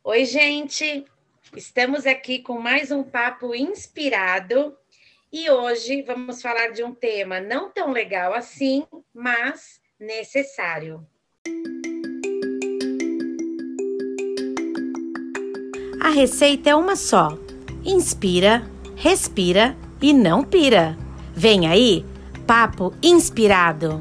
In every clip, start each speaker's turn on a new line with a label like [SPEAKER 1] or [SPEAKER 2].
[SPEAKER 1] Oi, gente! Estamos aqui com mais um papo inspirado e hoje vamos falar de um tema não tão legal assim, mas necessário.
[SPEAKER 2] A receita é uma só: inspira, respira e não pira. Vem aí, papo inspirado.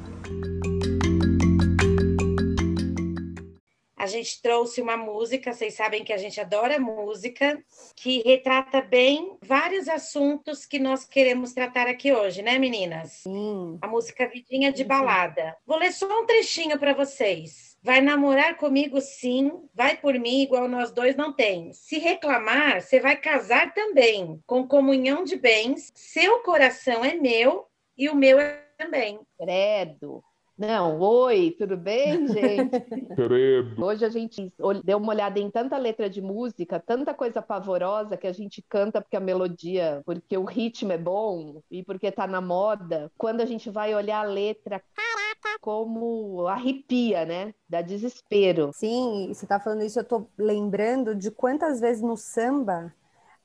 [SPEAKER 1] A gente trouxe uma música, vocês sabem que a gente adora música, que retrata bem vários assuntos que nós queremos tratar aqui hoje, né, meninas?
[SPEAKER 3] Sim.
[SPEAKER 1] A música Vidinha de Balada. Vou ler só um trechinho para vocês. Vai namorar comigo, sim. Vai por mim, igual nós dois não tem. Se reclamar, você vai casar também. Com comunhão de bens, seu coração é meu e o meu é também.
[SPEAKER 3] Credo. Não, oi, tudo bem, gente?
[SPEAKER 4] Credo.
[SPEAKER 3] Hoje a gente deu uma olhada em tanta letra de música, tanta coisa pavorosa que a gente canta porque a melodia, porque o ritmo é bom e porque tá na moda. Quando a gente vai olhar a letra, caraca, como arrepia, né? Dá desespero.
[SPEAKER 5] Sim, você tá falando isso, eu tô lembrando de quantas vezes no samba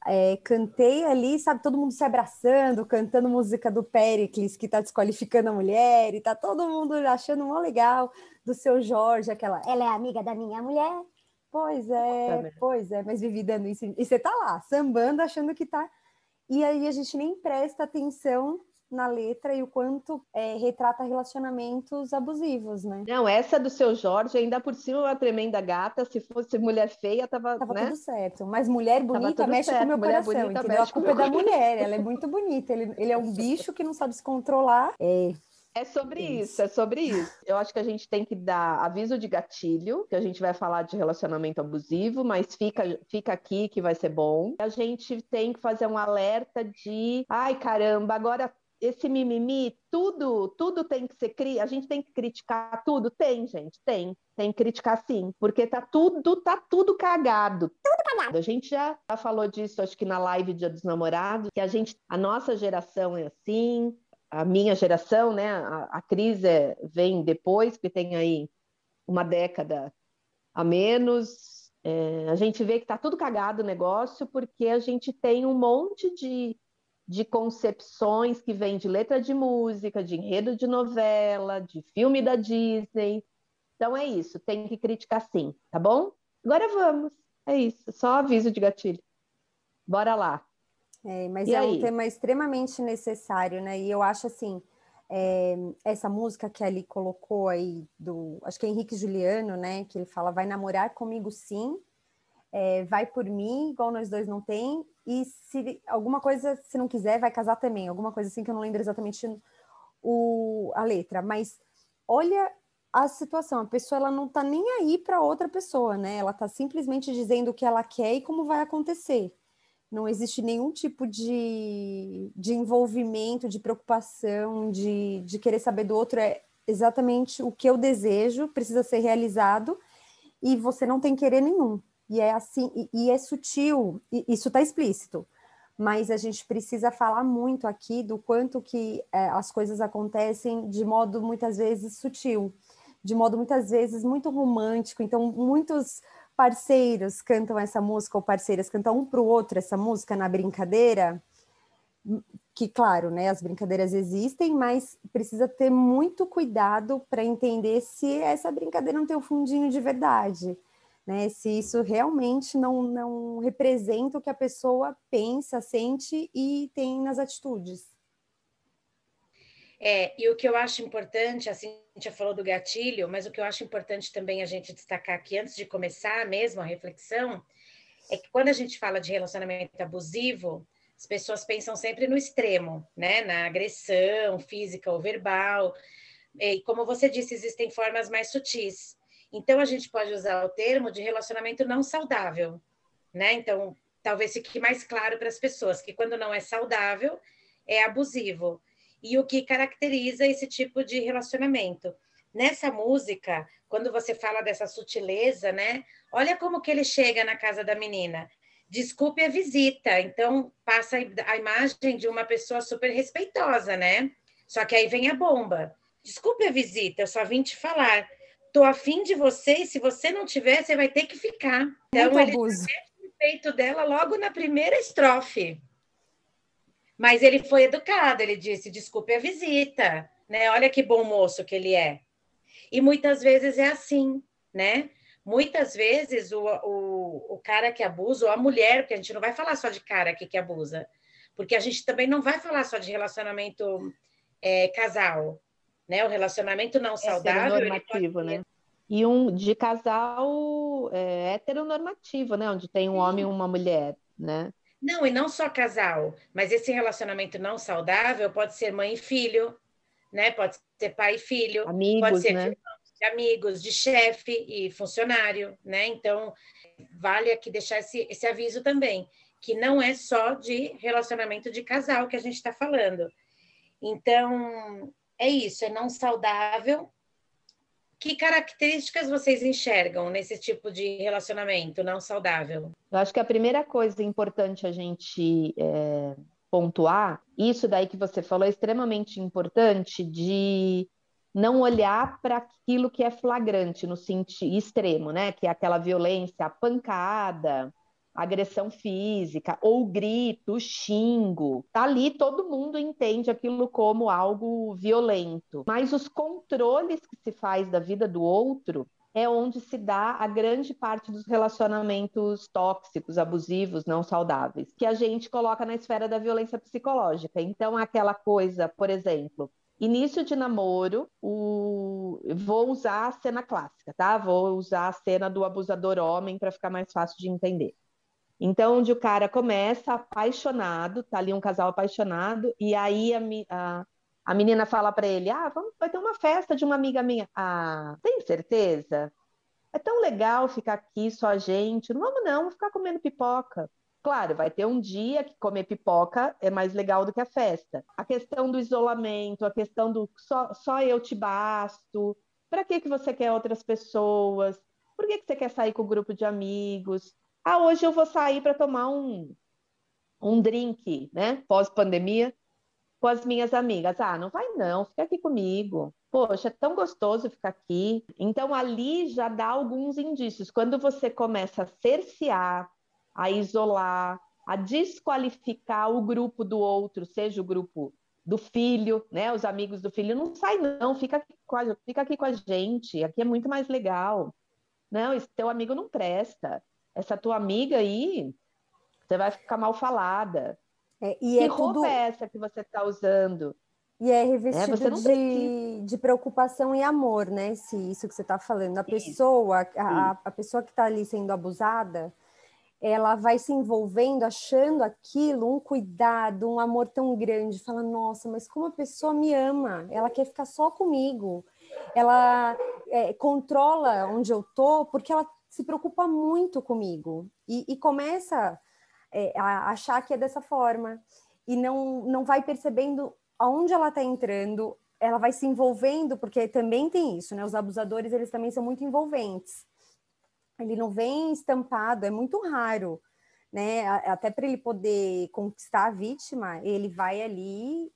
[SPEAKER 5] cantei ali, sabe, todo mundo se abraçando, cantando música do Péricles, que tá desqualificando a mulher, e tá todo mundo achando mó legal, do Seu Jorge, aquela, ela é amiga da minha mulher. Pois é, mas vivi dando isso, e você tá lá, sambando, achando que tá, e aí a gente nem presta atenção na letra e o quanto retrata relacionamentos abusivos, né?
[SPEAKER 3] Não, essa do Seu Jorge, ainda por cima, uma tremenda gata. Se fosse mulher feia, tava né?
[SPEAKER 5] Tudo certo. Mas mulher bonita mexe com o meu
[SPEAKER 3] mulher
[SPEAKER 5] coração,
[SPEAKER 3] bonita
[SPEAKER 5] entendeu? A
[SPEAKER 3] mexe com
[SPEAKER 5] culpa é da
[SPEAKER 3] meu
[SPEAKER 5] mulher, ela é muito bonita. Ele é um bicho que não sabe se controlar.
[SPEAKER 3] É sobre isso, é sobre isso. Eu acho que a gente tem que dar aviso de gatilho, que a gente vai falar de relacionamento abusivo, mas fica aqui que vai ser bom. A gente tem que fazer um alerta de, ai caramba, agora esse mimimi, tudo tem que ser a gente tem que criticar tudo? Tem, gente, tem que criticar sim, porque tá tudo cagado. A gente já falou disso, acho que na live Dia dos Namorados, que a nossa geração é assim, a minha geração, né? A Cris vem depois, porque tem aí uma década a menos. A gente vê que tá tudo cagado o negócio, porque a gente tem um monte de concepções que vêm de letra de música, de enredo de novela, de filme da Disney. Então é isso, tem que criticar sim, tá bom? Agora vamos, é isso, só aviso de gatilho. Bora lá.
[SPEAKER 5] Mas
[SPEAKER 3] E
[SPEAKER 5] é
[SPEAKER 3] aí?
[SPEAKER 5] um tema extremamente necessário, né? E eu acho assim, essa música que ali colocou aí, acho que é Henrique e Juliano, né? Que ele fala, vai namorar comigo sim, vai por mim, igual nós dois não tem, e se alguma coisa, se não quiser, vai casar também, alguma coisa assim que eu não lembro exatamente a letra, mas olha a situação, a pessoa ela não tá nem aí para outra pessoa, né? Ela tá simplesmente dizendo o que ela quer e como vai acontecer. Não existe nenhum tipo de envolvimento, de preocupação, de querer saber do outro, é exatamente o que eu desejo, precisa ser realizado, e você não tem querer nenhum. E é assim, e é sutil, isso está explícito, mas a gente precisa falar muito aqui do quanto que as coisas acontecem de modo muitas vezes sutil, de modo muitas vezes muito romântico. Então muitos parceiros cantam essa música, ou parceiras cantam um para o outro essa música na brincadeira, que claro, né, as brincadeiras existem, mas precisa ter muito cuidado para entender se essa brincadeira não tem um fundinho de verdade, né, se isso realmente não representa o que a pessoa pensa, sente e tem nas atitudes.
[SPEAKER 1] E o que eu acho importante, assim, a gente já falou do gatilho, mas o que eu acho importante também a gente destacar aqui, antes de começar mesmo a reflexão, é que quando a gente fala de relacionamento abusivo, as pessoas pensam sempre no extremo, né? Na agressão física ou verbal. E como você disse, existem formas mais sutis. Então, a gente pode usar o termo de relacionamento não saudável, né? Então, talvez fique mais claro para as pessoas que quando não é saudável, é abusivo. E o que caracteriza esse tipo de relacionamento? Nessa música, quando você fala dessa sutileza, né? Olha como que ele chega na casa da menina. Desculpe a visita. Então, passa a imagem de uma pessoa super respeitosa, né? Só que aí vem a bomba. Desculpe a visita, eu só vim te falar. tô afim de você, e se você não tiver, você vai ter que ficar. Então,
[SPEAKER 5] Muito
[SPEAKER 1] ele
[SPEAKER 5] abuso.
[SPEAKER 1] no peito dela logo na primeira estrofe. Mas ele foi educado, ele disse, desculpe a visita, né? Olha que bom moço que ele é. E muitas vezes é assim, né? Muitas vezes o cara que abusa, ou a mulher, porque a gente não vai falar só de cara aqui que abusa, porque a gente também não vai falar só de relacionamento casal, né? O relacionamento não saudável...
[SPEAKER 3] Heteronormativo, né? E um de casal heteronormativo, né? Onde tem um homem e uma mulher, né?
[SPEAKER 1] Não, e não só casal, mas esse relacionamento não saudável pode ser mãe e filho, né? Pode ser pai e filho, pode
[SPEAKER 3] Amigos,
[SPEAKER 1] ser
[SPEAKER 3] né?
[SPEAKER 1] de amigos, de chefe e funcionário, né? Então, vale aqui deixar esse aviso também, que não é só de relacionamento de casal que a gente está falando. Então, é isso, é não saudável. Que características vocês enxergam nesse tipo de relacionamento não saudável?
[SPEAKER 3] Eu acho que a primeira coisa importante a gente pontuar, isso daí que você falou é extremamente importante de não olhar para aquilo que é flagrante no sentido extremo, né? Que é aquela violência, a pancada, a agressão física, ou o grito, o xingo. Tá ali, todo mundo entende aquilo como algo violento. Mas os controles que se faz da vida do outro é onde se dá a grande parte dos relacionamentos tóxicos, abusivos, não saudáveis, que a gente coloca na esfera da violência psicológica. Então, aquela coisa, por exemplo, início de namoro, vou usar a cena clássica, tá? Vou usar a cena do abusador homem para ficar mais fácil de entender. Então, onde o cara começa apaixonado, tá ali um casal apaixonado, e aí a menina fala para ele, vai ter uma festa de uma amiga minha. Tem certeza? É tão legal ficar aqui só a gente. Não vamos ficar comendo pipoca. Claro, vai ter um dia que comer pipoca é mais legal do que a festa. A questão do isolamento, a questão do só eu te basto. Para que você quer outras pessoas? Por que você quer sair com o grupo de amigos? Hoje eu vou sair para tomar um drink, né? Pós-pandemia, com as minhas amigas. Não vai não, fica aqui comigo. Poxa, é tão gostoso ficar aqui. Então, ali já dá alguns indícios. Quando você começa a cercear, a isolar, a desqualificar o grupo do outro, seja o grupo do filho, né? Os amigos do filho, não sai não, fica aqui com a gente, aqui é muito mais legal. Não, esse teu amigo não presta. Essa tua amiga aí, você vai ficar mal falada. Que roupa é essa que você está usando?
[SPEAKER 5] E é revestido
[SPEAKER 3] Você não
[SPEAKER 5] de preocupação e amor, né? Isso que você está falando. A pessoa que está ali sendo abusada, ela vai se envolvendo, achando aquilo, um cuidado, um amor tão grande. Fala, nossa, mas como a pessoa me ama, ela quer ficar só comigo. Ela controla onde eu tô, porque ela se preocupa muito comigo. E começa a achar que é dessa forma. E não vai percebendo aonde ela está entrando, ela vai se envolvendo, porque também tem isso, né? Os abusadores, eles também são muito envolventes. Ele não vem estampado, é muito raro, né? Até para ele poder conquistar a vítima, ele vai ali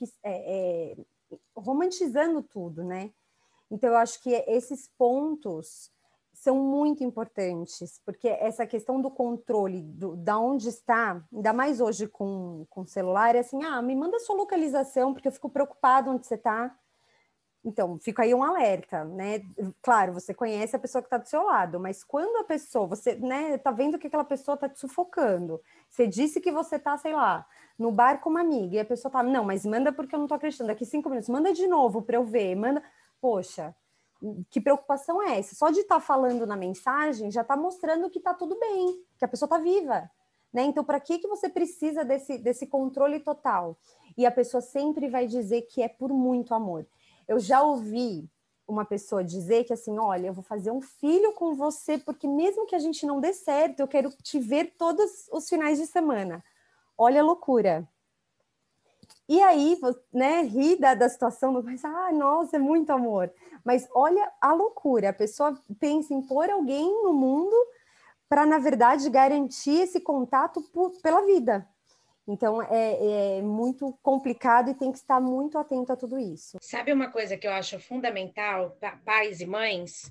[SPEAKER 5] romantizando tudo, né? Então, eu acho que esses pontos são muito importantes, porque essa questão do controle da onde está, ainda mais hoje com celular, é assim, me manda sua localização, porque eu fico preocupado onde você está. Então, fica aí um alerta, né? Claro, você conhece a pessoa que está do seu lado, mas quando a pessoa, você, né, tá vendo que aquela pessoa está te sufocando, você disse que você tá, sei lá, no bar com uma amiga, e a pessoa tá, não, mas manda porque eu não tô acreditando, daqui 5 minutos, manda de novo para eu ver, manda, poxa, que preocupação é essa? Só de estar falando na mensagem já está mostrando que está tudo bem, que a pessoa está viva, né? Então, para que você precisa desse controle total? E a pessoa sempre vai dizer que é por muito amor. Eu já ouvi uma pessoa dizer que assim, olha, eu vou fazer um filho com você, porque mesmo que a gente não dê certo, eu quero te ver todos os finais de semana. Olha a loucura. E aí, né, ri da situação, mas, nossa, é muito amor. Mas olha a loucura, a pessoa pensa em pôr alguém no mundo para, na verdade, garantir esse contato pela vida. Então, é muito complicado e tem que estar muito atento a tudo isso.
[SPEAKER 1] Sabe uma coisa que eu acho fundamental, pais e mães?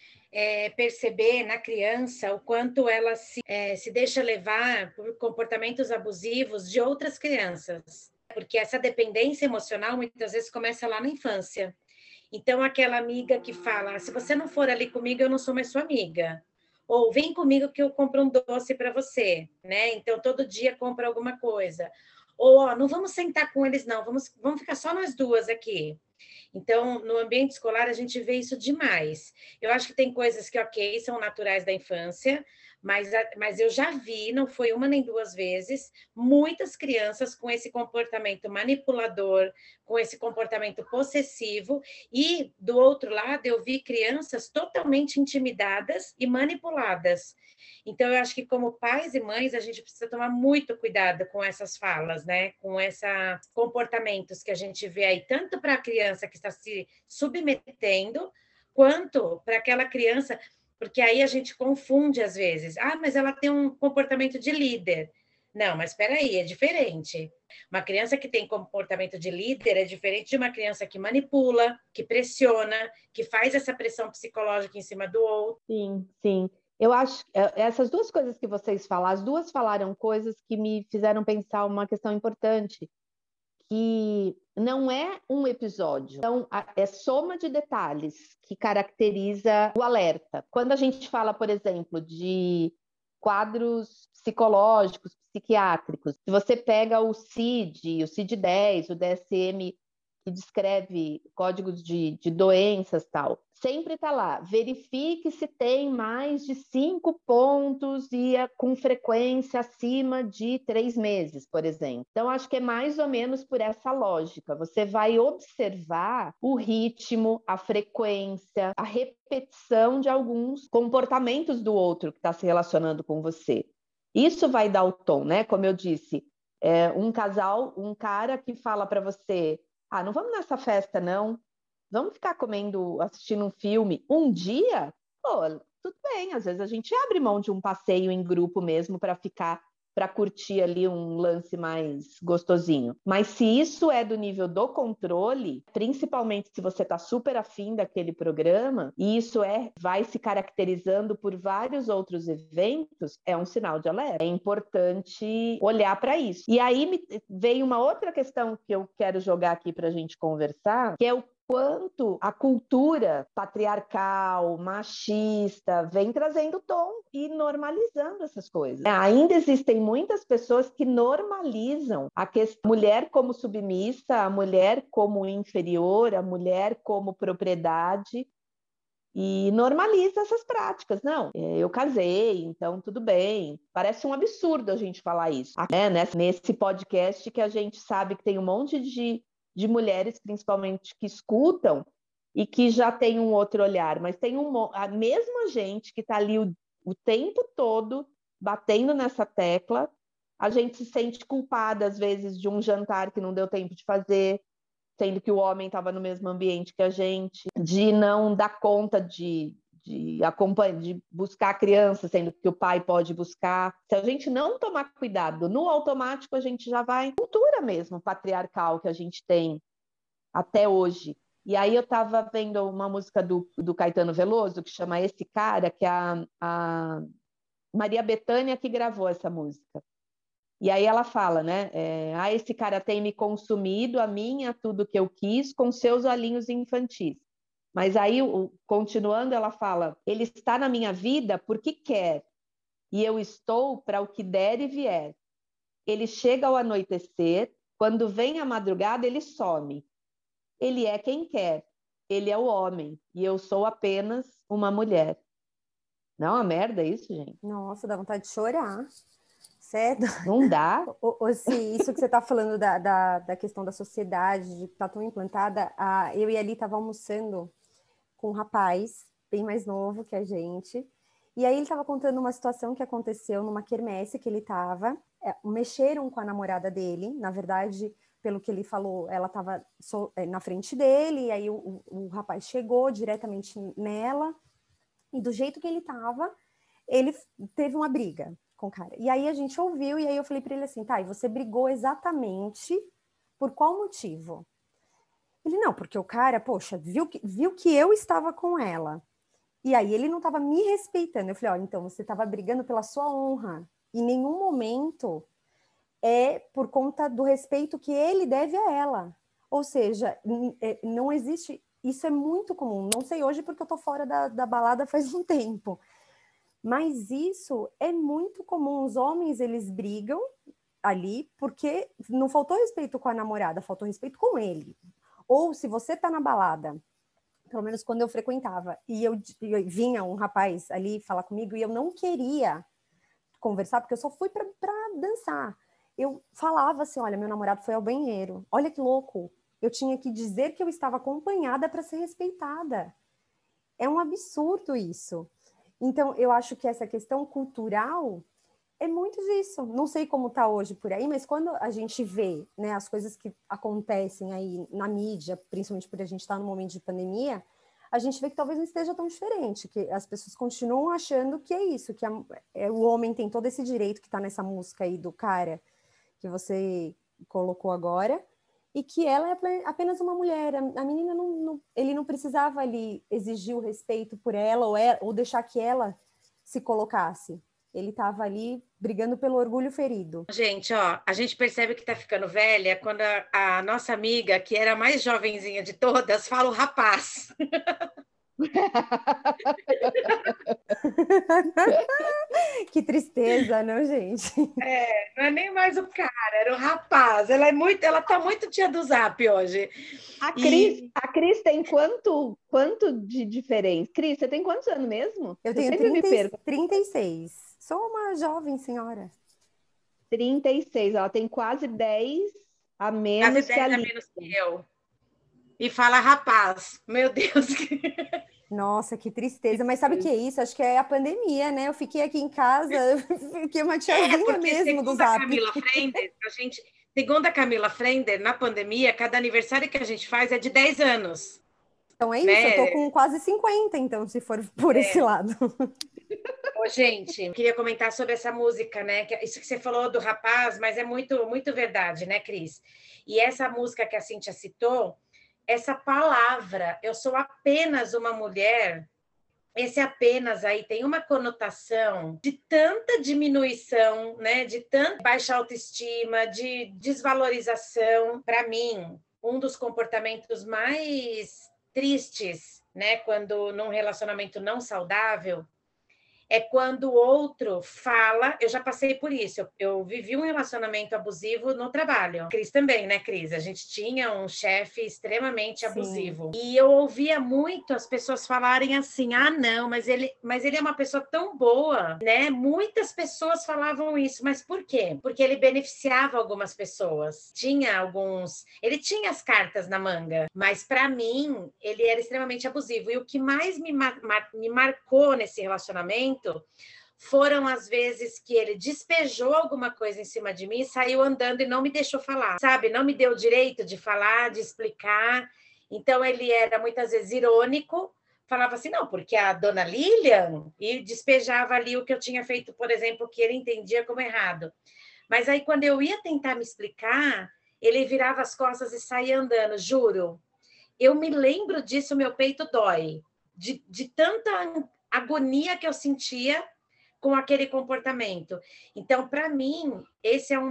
[SPEAKER 1] É perceber na criança o quanto ela se deixa levar por comportamentos abusivos de outras crianças. Porque essa dependência emocional muitas vezes começa lá na infância. Então, aquela amiga que fala: se você não for ali comigo, eu não sou mais sua amiga. Ou vem comigo que eu compro um doce para você, né? Então, todo dia compra alguma coisa. Ou, ó, não vamos sentar com eles, não, vamos ficar só nós duas aqui. Então, no ambiente escolar, a gente vê isso demais. Eu acho que tem coisas que, ok, são naturais da infância, mas eu já vi, não foi uma nem duas vezes, muitas crianças com esse comportamento manipulador, com esse comportamento possessivo, e do outro lado, eu vi crianças totalmente intimidadas e manipuladas. Então, eu acho que como pais e mães, a gente precisa tomar muito cuidado com essas falas, né? Com esses comportamentos que a gente vê aí, tanto para a criança que está se submetendo, quanto para aquela criança, porque aí a gente confunde às vezes. Ah, mas ela tem um comportamento de líder. Não, mas espera aí, é diferente. Uma criança que tem comportamento de líder é diferente de uma criança que manipula, que pressiona, que faz essa pressão psicológica em cima do outro.
[SPEAKER 3] Sim, sim. Eu acho essas duas coisas que vocês falaram, as duas falaram coisas que me fizeram pensar uma questão importante, que não é um episódio, então é soma de detalhes que caracteriza o alerta. Quando a gente fala, por exemplo, de quadros psicológicos, psiquiátricos, se você pega o CID-10, o DSM, que descreve códigos de doenças, tal, sempre está lá, verifique se tem mais de 5 pontos e com frequência acima de 3 meses, por exemplo. Então, acho que é mais ou menos por essa lógica. Você vai observar o ritmo, a frequência, a repetição de alguns comportamentos do outro que está se relacionando com você. Isso vai dar o tom, né? Como eu disse, um casal, um cara que fala para você: ah, não vamos nessa festa, não. Vamos ficar comendo, assistindo um filme um dia? Pô, tudo bem, às vezes a gente abre mão de um passeio em grupo mesmo para curtir ali um lance mais gostosinho. Mas se isso é do nível do controle, principalmente se você está super afim daquele programa, e isso vai se caracterizando por vários outros eventos, é um sinal de alerta. É importante olhar para isso. E aí veio uma outra questão que eu quero jogar aqui para a gente conversar, que é o quanto a cultura patriarcal, machista, vem trazendo tom e normalizando essas coisas. Ainda existem muitas pessoas que normalizam a mulher como submissa, a mulher como inferior, a mulher como propriedade, e normaliza essas práticas. Não, eu casei, então tudo bem. Parece um absurdo a gente falar isso, né? Nesse podcast que a gente sabe que tem um monte de mulheres, principalmente, que escutam e que já tem um outro olhar, mas tem a mesma gente que está ali o tempo todo batendo nessa tecla. A gente se sente culpada, às vezes, de um jantar que não deu tempo de fazer, sendo que o homem estava no mesmo ambiente que a gente, de não dar conta de buscar a criança, sendo que o pai pode buscar. Se a gente não tomar cuidado, no automático a gente já vai... Cultura mesmo patriarcal que a gente tem até hoje. E aí eu estava vendo uma música do Caetano Veloso, que chama Esse Cara, que é a Maria Bethânia que gravou essa música. E aí ela fala, né? Esse cara tem me consumido, a mim, a tudo que eu quis, com seus olhinhos infantis. Mas aí, continuando, ela fala: ele está na minha vida porque quer, e eu estou para o que der e vier. Ele chega ao anoitecer, quando vem a madrugada, ele some. Ele é quem quer, ele é o homem, e eu sou apenas uma mulher. Não é uma merda isso, gente?
[SPEAKER 5] Nossa, dá vontade de chorar. Certo?
[SPEAKER 3] Não dá.
[SPEAKER 5] Isso que você está falando da questão da sociedade, de estar tão implantada, eu e a Ali estava almoçando com um rapaz bem mais novo que a gente, e aí ele estava contando uma situação que aconteceu numa quermesse que ele estava, mexeram com a namorada dele, na verdade, pelo que ele falou, ela estava na frente dele, e aí o rapaz chegou diretamente nela, e do jeito que ele estava, ele teve uma briga. com o cara. E aí a gente ouviu, e aí eu falei para ele assim, tá, e você brigou exatamente por qual motivo? Ele, não, porque o cara, poxa, viu que eu estava com ela. E aí ele não estava me respeitando. Eu falei, olha, então você estava brigando pela sua honra. Em nenhum momento é por conta do respeito que ele deve a ela. Ou seja, não existe... Isso é muito comum. Não sei hoje porque eu tô fora da balada faz um tempo. Mas isso é muito comum. Os homens, eles brigam ali porque não faltou respeito com a namorada, faltou respeito com ele. Ou se você tá na balada, pelo menos quando eu frequentava, e eu vinha um rapaz ali falar comigo e eu não queria conversar, porque eu só fui para dançar. Eu falava assim, olha, meu namorado foi ao banheiro, olha que louco, eu tinha que dizer que eu estava acompanhada para ser respeitada. É um absurdo isso. Então, eu acho que essa questão cultural é muito disso. Não sei como está hoje por aí, mas quando a gente vê, né, as coisas que acontecem aí na mídia, principalmente por a gente estar no momento de pandemia, a gente vê que talvez não esteja tão diferente, que as pessoas continuam achando que é isso, que o homem tem todo esse direito que está nessa música aí do cara que você colocou agora, e que ela é apenas uma mulher. A menina, ele não precisava ali exigir o respeito por ela ou deixar que ela se colocasse. Ele estava ali brigando pelo orgulho ferido.
[SPEAKER 1] Gente, ó, a gente percebe que tá ficando velha quando a nossa amiga, que era a mais jovenzinha de todas, fala o rapaz.
[SPEAKER 5] Que tristeza, não, gente?
[SPEAKER 1] Não é nem mais o cara, era o rapaz. Ela tá muito tia do Zap hoje.
[SPEAKER 3] A Cris tem quanto de diferença? Cris, você tem quantos anos mesmo?
[SPEAKER 5] Eu tenho 36. Sou uma jovem senhora.
[SPEAKER 3] 36, ela tem quase 10 a menos que a Lívia.
[SPEAKER 1] Menos que eu. E fala rapaz. Meu Deus.
[SPEAKER 5] Nossa, que tristeza. Mas sabe o que é isso? Acho que é a pandemia, né? Eu fiquei aqui em casa, fiquei uma tiazinha mesmo do Zap.
[SPEAKER 1] Segundo a Camila Frender, na pandemia, cada aniversário que a gente faz é de 10 anos.
[SPEAKER 5] Então é isso, né? Eu tô com quase 50, então, se for por esse lado.
[SPEAKER 1] Ô, gente, eu queria comentar sobre essa música, né? Isso que você falou do rapaz, mas é muito, muito verdade, né, Cris? E essa música que a Cíntia citou, essa palavra, eu sou apenas uma mulher, esse apenas aí tem uma conotação de tanta diminuição, né? De tanta baixa autoestima, de desvalorização. Para mim, um dos comportamentos mais tristes, né? Quando num relacionamento não saudável, é quando o outro fala... Eu já passei por isso. Eu vivi um relacionamento abusivo no trabalho. Cris também, né, Cris? A gente tinha um chefe extremamente abusivo. Sim. E eu ouvia muito as pessoas falarem assim, não, mas ele é uma pessoa tão boa, né? Muitas pessoas falavam isso. Mas por quê? Porque ele beneficiava algumas pessoas. Ele tinha as cartas na manga. Mas, para mim, ele era extremamente abusivo. E o que mais me marcou nesse relacionamento foram as vezes que ele despejou alguma coisa em cima de mim, saiu andando e não me deixou falar, sabe? Não me deu o direito de falar, de explicar. Então, ele era muitas vezes irônico, falava assim, não, porque a dona Lilian, e despejava ali o que eu tinha feito, por exemplo, que ele entendia como errado. Mas aí, quando eu ia tentar me explicar, ele virava as costas e saía andando, juro. Eu me lembro disso, meu peito dói, de tanta agonia que eu sentia com aquele comportamento. Então, para mim, essa é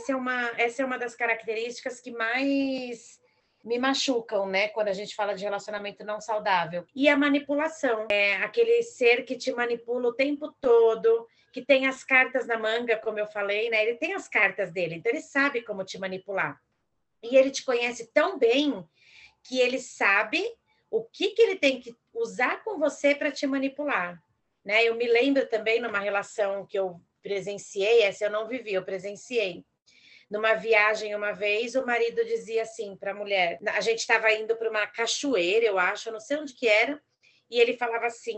[SPEAKER 1] uma das características que mais me machucam, né? Quando a gente fala de relacionamento não saudável. E a manipulação. É aquele ser que te manipula o tempo todo, que tem as cartas na manga, como eu falei, né? Ele tem as cartas dele, então ele sabe como te manipular. E ele te conhece tão bem que ele sabe o que ele tem que usar com você para te manipular, né? Eu me lembro também numa relação que eu presenciei, essa eu não vivi, eu presenciei. Numa viagem uma vez, o marido dizia assim para a mulher, a gente estava indo para uma cachoeira, eu acho, eu não sei onde que era, e ele falava assim,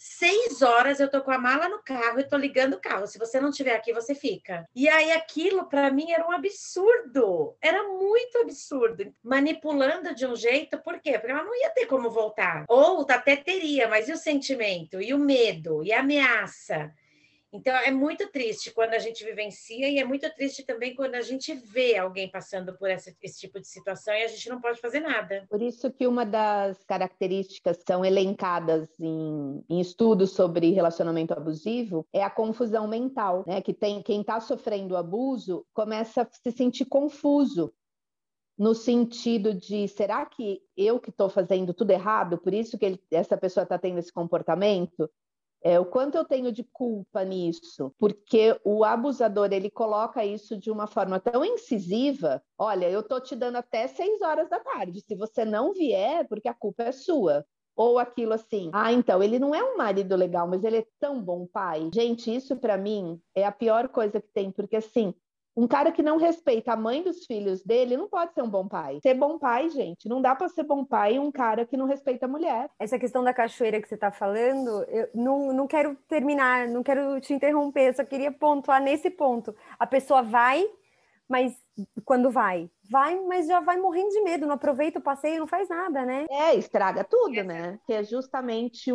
[SPEAKER 1] 6 horas eu tô com a mala no carro e tô ligando o carro. Se você não estiver aqui, você fica. E aí aquilo para mim era um absurdo. Era muito absurdo. Manipulando de um jeito, por quê? Porque ela não ia ter como voltar. Ou até teria, mas e o sentimento? E o medo? E a ameaça? Então, é muito triste quando a gente vivencia e é muito triste também quando a gente vê alguém passando por esse tipo de situação e a gente não pode fazer nada.
[SPEAKER 3] Por isso que uma das características que são elencadas em estudos sobre relacionamento abusivo é a confusão mental, né? Que quem está sofrendo abuso começa a se sentir confuso, no sentido de, será que eu que estou fazendo tudo errado? Por isso que essa pessoa está tendo esse comportamento? O quanto eu tenho de culpa nisso? Porque o abusador, ele coloca isso de uma forma tão incisiva. Olha, eu tô te dando até 6 horas da tarde. Se você não vier, porque a culpa é sua. Ou aquilo assim, então, ele não é um marido legal, mas ele é tão bom pai. Gente, isso para mim é a pior coisa que tem, porque assim, um cara que não respeita a mãe dos filhos dele não pode ser um bom pai. Ser bom pai, gente, não dá para ser bom pai um cara que não respeita a mulher.
[SPEAKER 5] Essa questão da cachoeira que você está falando, eu não quero terminar, não quero te interromper, eu só queria pontuar nesse ponto. A pessoa vai, mas quando vai, mas já vai morrendo de medo, não aproveita o passeio, não faz nada, né?
[SPEAKER 3] Estraga tudo, né? Que é justamente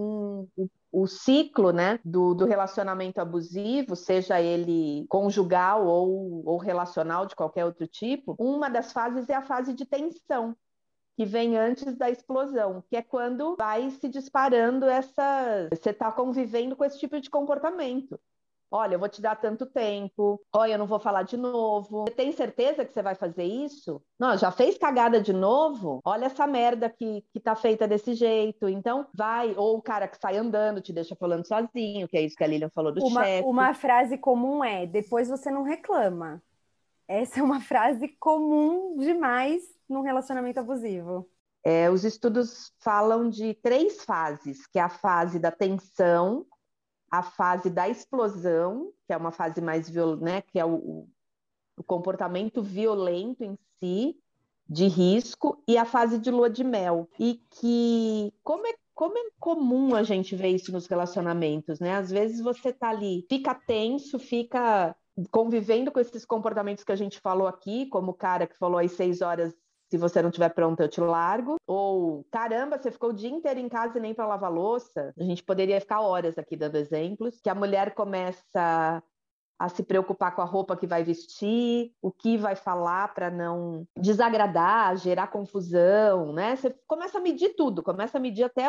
[SPEAKER 3] o ciclo, né, do relacionamento abusivo, seja ele conjugal ou relacional de qualquer outro tipo. Uma das fases é a fase de tensão, que vem antes da explosão, que é quando vai se disparando você está convivendo com esse tipo de comportamento. Olha, eu vou te dar tanto tempo. Olha, eu não vou falar de novo. Você tem certeza que você vai fazer isso? Não, já fez cagada de novo? Olha essa merda que tá feita desse jeito. Então, vai. Ou o cara que sai andando, te deixa falando sozinho, que é isso que a Lilian falou do chefe.
[SPEAKER 5] Uma frase comum é: depois você não reclama. Essa é uma frase comum demais num relacionamento abusivo.
[SPEAKER 3] Os estudos falam de 3 fases, que é a fase da tensão, a fase da explosão, que é uma fase mais violenta, né, que é o comportamento violento em si, de risco, e a fase de lua de mel. E que, como é comum a gente ver isso nos relacionamentos, né? Às vezes você tá ali, fica tenso, fica convivendo com esses comportamentos que a gente falou aqui, como o cara que falou às 6 horas, se você não estiver pronta, eu te largo. Ou, caramba, você ficou o dia inteiro em casa e nem para lavar louça. A gente poderia ficar horas aqui dando exemplos. Que a mulher começa a se preocupar com a roupa que vai vestir, o que vai falar para não desagradar, gerar confusão, né? Você começa a medir tudo, começa a medir até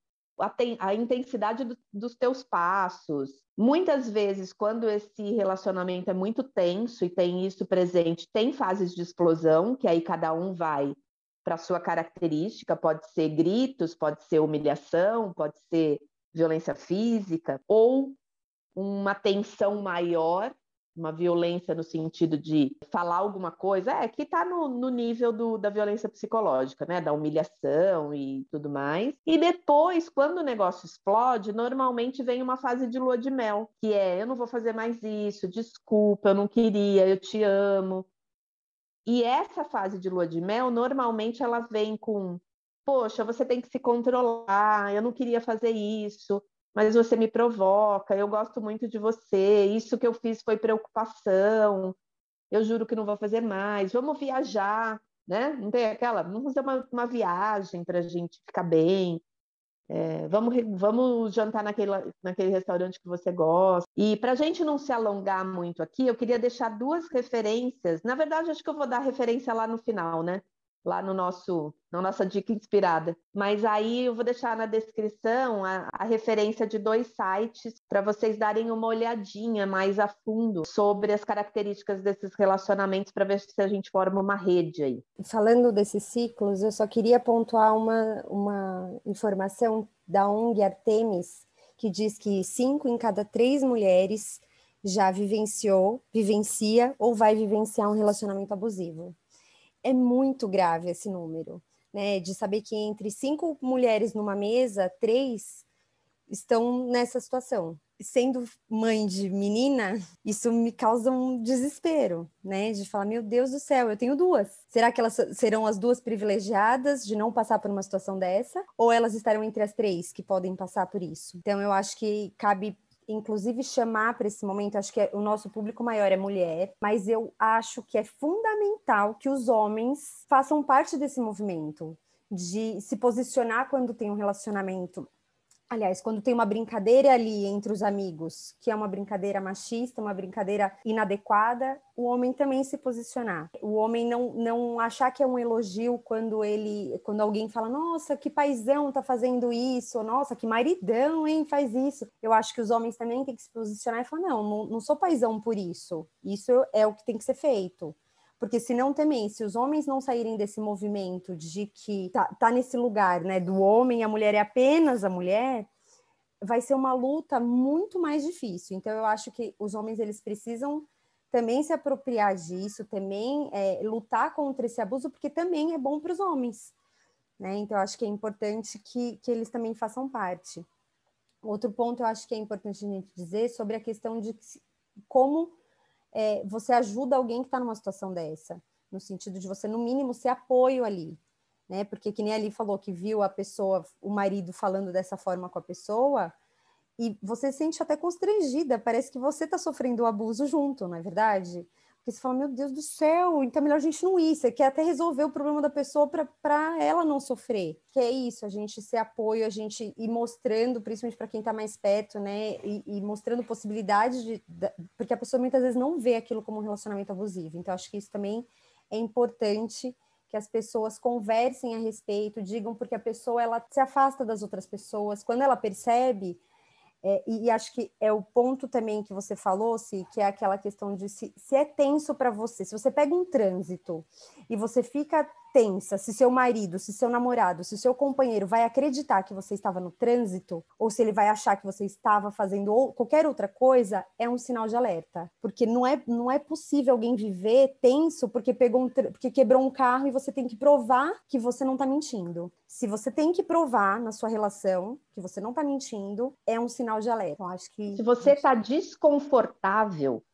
[SPEAKER 3] a intensidade dos teus passos. Muitas vezes, quando esse relacionamento é muito tenso e tem isso presente, tem fases de explosão, que aí cada um vai para a sua característica, pode ser gritos, pode ser humilhação, pode ser violência física, ou uma tensão maior, uma violência no sentido de falar alguma coisa, que está no nível da violência psicológica, né? Da humilhação e tudo mais. E depois, quando o negócio explode, normalmente vem uma fase de lua de mel, que é: eu não vou fazer mais isso, desculpa, eu não queria, eu te amo. E essa fase de lua de mel, normalmente ela vem com: poxa, você tem que se controlar, eu não queria fazer isso, mas você me provoca, eu gosto muito de você, isso que eu fiz foi preocupação, eu juro que não vou fazer mais, vamos viajar, né? Não tem aquela, vamos fazer uma viagem para a gente ficar bem, vamos jantar naquele restaurante que você gosta. E para a gente não se alongar muito aqui, eu queria deixar 2 referências, na verdade acho que eu vou dar referência lá no final, né? Lá na nossa dica inspirada. Mas aí eu vou deixar na descrição a referência de 2 sites para vocês darem uma olhadinha mais a fundo sobre as características desses relacionamentos, para ver se a gente forma uma rede aí.
[SPEAKER 5] Falando desses ciclos, eu só queria pontuar uma informação da ONG Artemis, que diz que 5 em cada 3 mulheres já vivencia ou vai vivenciar um relacionamento abusivo. É muito grave esse número, né? De saber que entre 5 mulheres numa mesa, 3 estão nessa situação. Sendo mãe de menina, isso me causa um desespero, né? De falar, meu Deus do céu, eu tenho 2. Será que elas serão as 2 privilegiadas de não passar por uma situação dessa? Ou elas estarão entre as 3 que podem passar por isso? Então, eu acho que cabe inclusive chamar para esse momento, acho que o nosso público maior é mulher, mas eu acho que é fundamental que os homens façam parte desse movimento, de se posicionar quando tem um relacionamento Aliás, quando tem uma brincadeira ali entre os amigos, que é uma brincadeira machista, uma brincadeira inadequada, o homem também se posicionar. O homem não achar que é um elogio quando alguém fala, nossa, que paizão tá fazendo isso, ou, nossa, que maridão, hein, faz isso. Eu acho que os homens também têm que se posicionar e falar, não sou paizão por isso. Isso é o que tem que ser feito. Porque senão também, se os homens não saírem desse movimento de que tá nesse lugar, né, do homem, a mulher é apenas a mulher, vai ser uma luta muito mais difícil. Então, eu acho que os homens, eles precisam também se apropriar disso, também lutar contra esse abuso, porque também é bom para os homens, né? Então, eu acho que é importante que eles também façam parte. Outro ponto, eu acho que é importante a gente dizer sobre a questão de como você ajuda alguém que está numa situação dessa, no sentido de você, no mínimo, ser apoio ali, né? Porque que nem a Ali falou que viu a pessoa, o marido falando dessa forma com a pessoa, e você se sente até constrangida, parece que você está sofrendo o abuso junto, não é verdade? Porque você fala, meu Deus do céu, então é melhor a gente não ir, você quer até resolver o problema da pessoa para ela não sofrer. Que é isso, a gente ser apoio, a gente ir mostrando, principalmente para quem está mais perto, né, e mostrando possibilidades, porque a pessoa muitas vezes não vê aquilo como um relacionamento abusivo. Então, acho que isso também é importante, que as pessoas conversem a respeito, digam, porque a pessoa ela se afasta das outras pessoas, quando ela percebe. E acho que é o ponto também que você falou, Si, que é aquela questão de se é tenso para você, se você pega um trânsito e você fica tensa, se seu marido, se seu namorado, se seu companheiro vai acreditar que você estava no trânsito, ou se ele vai achar que você estava fazendo qualquer outra coisa, é um sinal de alerta. Porque não é possível alguém viver tenso porque porque quebrou um carro e você tem que provar que você não está mentindo. Se você tem que provar na sua relação que você não está mentindo, é um sinal de alerta. Então, acho que...
[SPEAKER 3] Se você está desconfortável,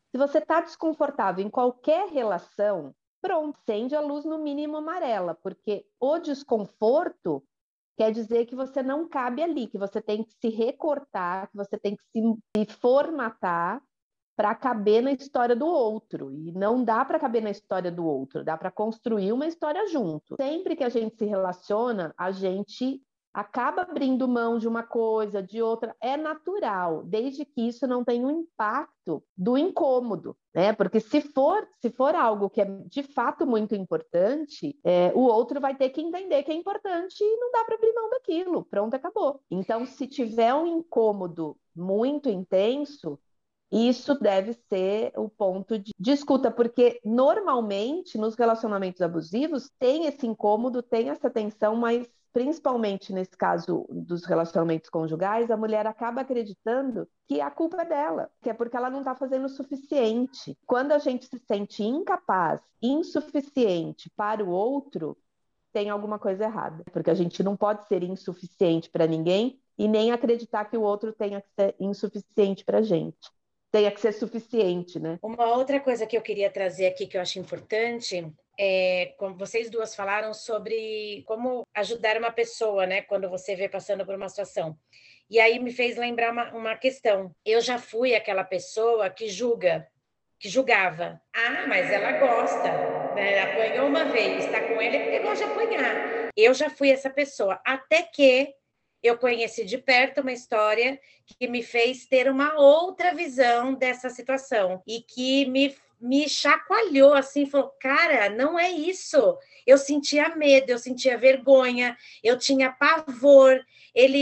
[SPEAKER 3] em qualquer relação, pronto, acende a luz no mínimo amarela, porque o desconforto quer dizer que você não cabe ali, que você tem que se recortar, que você tem que se formatar para caber na história do outro. E não dá para caber na história do outro, dá para construir uma história junto. Sempre que a gente se relaciona, a gente acaba abrindo mão de uma coisa, de outra, é natural, desde que isso não tenha um impacto do incômodo, né? Porque se for algo que é de fato muito importante, o outro vai ter que entender que é importante e não dá para abrir mão daquilo, pronto, acabou. Então, se tiver um incômodo muito intenso, isso deve ser o ponto de escuta, porque normalmente nos relacionamentos abusivos tem esse incômodo, tem essa tensão, mas principalmente nesse caso dos relacionamentos conjugais, a mulher acaba acreditando que a culpa é dela, que é porque ela não está fazendo o suficiente. Quando a gente se sente incapaz, insuficiente para o outro, tem alguma coisa errada, porque a gente não pode ser insuficiente para ninguém e nem acreditar que o outro tenha que ser insuficiente para a gente. Tenha que ser suficiente, né?
[SPEAKER 1] Uma outra coisa que eu queria trazer aqui que eu acho importante como vocês duas falaram sobre como ajudar uma pessoa, né, quando você vê passando por uma situação. E aí me fez lembrar uma questão. Eu já fui aquela pessoa que julgava. Ah, mas ela gosta, né? Apanhou uma vez, está com ele porque gosta de apanhar. Eu já fui essa pessoa, até que eu conheci de perto uma história que me fez ter uma outra visão dessa situação e que me chacoalhou assim, falou, cara, não é isso. Eu sentia medo, eu sentia vergonha, eu tinha pavor, ele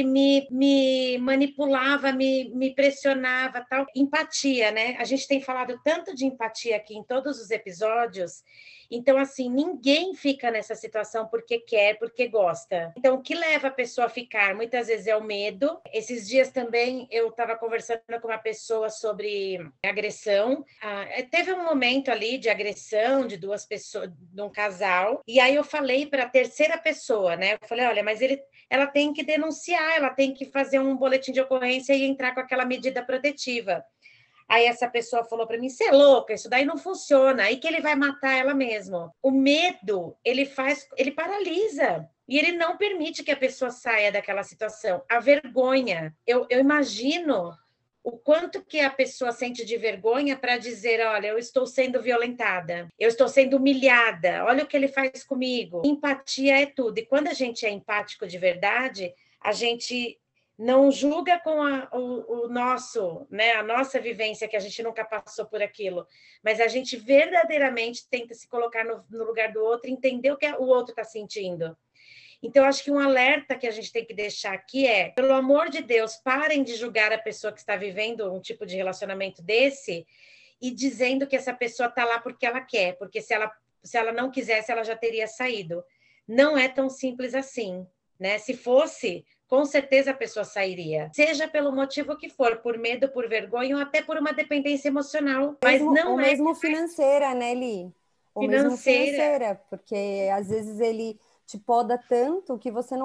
[SPEAKER 1] me manipulava, me pressionava, tal. Empatia, né? A gente tem falado tanto de empatia aqui em todos os episódios. Então, assim, ninguém fica nessa situação porque quer, porque gosta. Então, o que leva a pessoa a ficar? Muitas vezes é o medo. Esses dias também eu estava conversando com uma pessoa sobre agressão. Teve um momento ali de agressão de duas pessoas, de um casal, e aí eu falei para a terceira pessoa, né? Eu falei, olha, mas ela tem que denunciar, ela tem que fazer um boletim de ocorrência e entrar com aquela medida protetiva. Aí essa pessoa falou para mim, você é louca, isso daí não funciona, aí que ele vai matar ela mesmo. O medo, ele paralisa, e ele não permite que a pessoa saia daquela situação. A vergonha, eu imagino o quanto que a pessoa sente de vergonha para dizer, olha, eu estou sendo violentada, eu estou sendo humilhada, olha o que ele faz comigo. Empatia é tudo, e quando a gente é empático de verdade, a gente não julga com o nosso, né, a nossa vivência, que a gente nunca passou por aquilo, mas a gente verdadeiramente tenta se colocar no lugar do outro, entender o que o outro está sentindo. Então, acho que um alerta que a gente tem que deixar aqui é, pelo amor de Deus, parem de julgar a pessoa que está vivendo um tipo de relacionamento desse e dizendo que essa pessoa está lá porque ela quer, porque se ela não quisesse, ela já teria saído. Não é tão simples assim, né? Se fosse, com certeza a pessoa sairia. Seja pelo motivo que for, por medo, por vergonha ou até por uma dependência emocional. Mas não
[SPEAKER 5] ou mesmo financeira, né, Li? Ou mesmo financeira, porque às vezes ele te poda tanto que você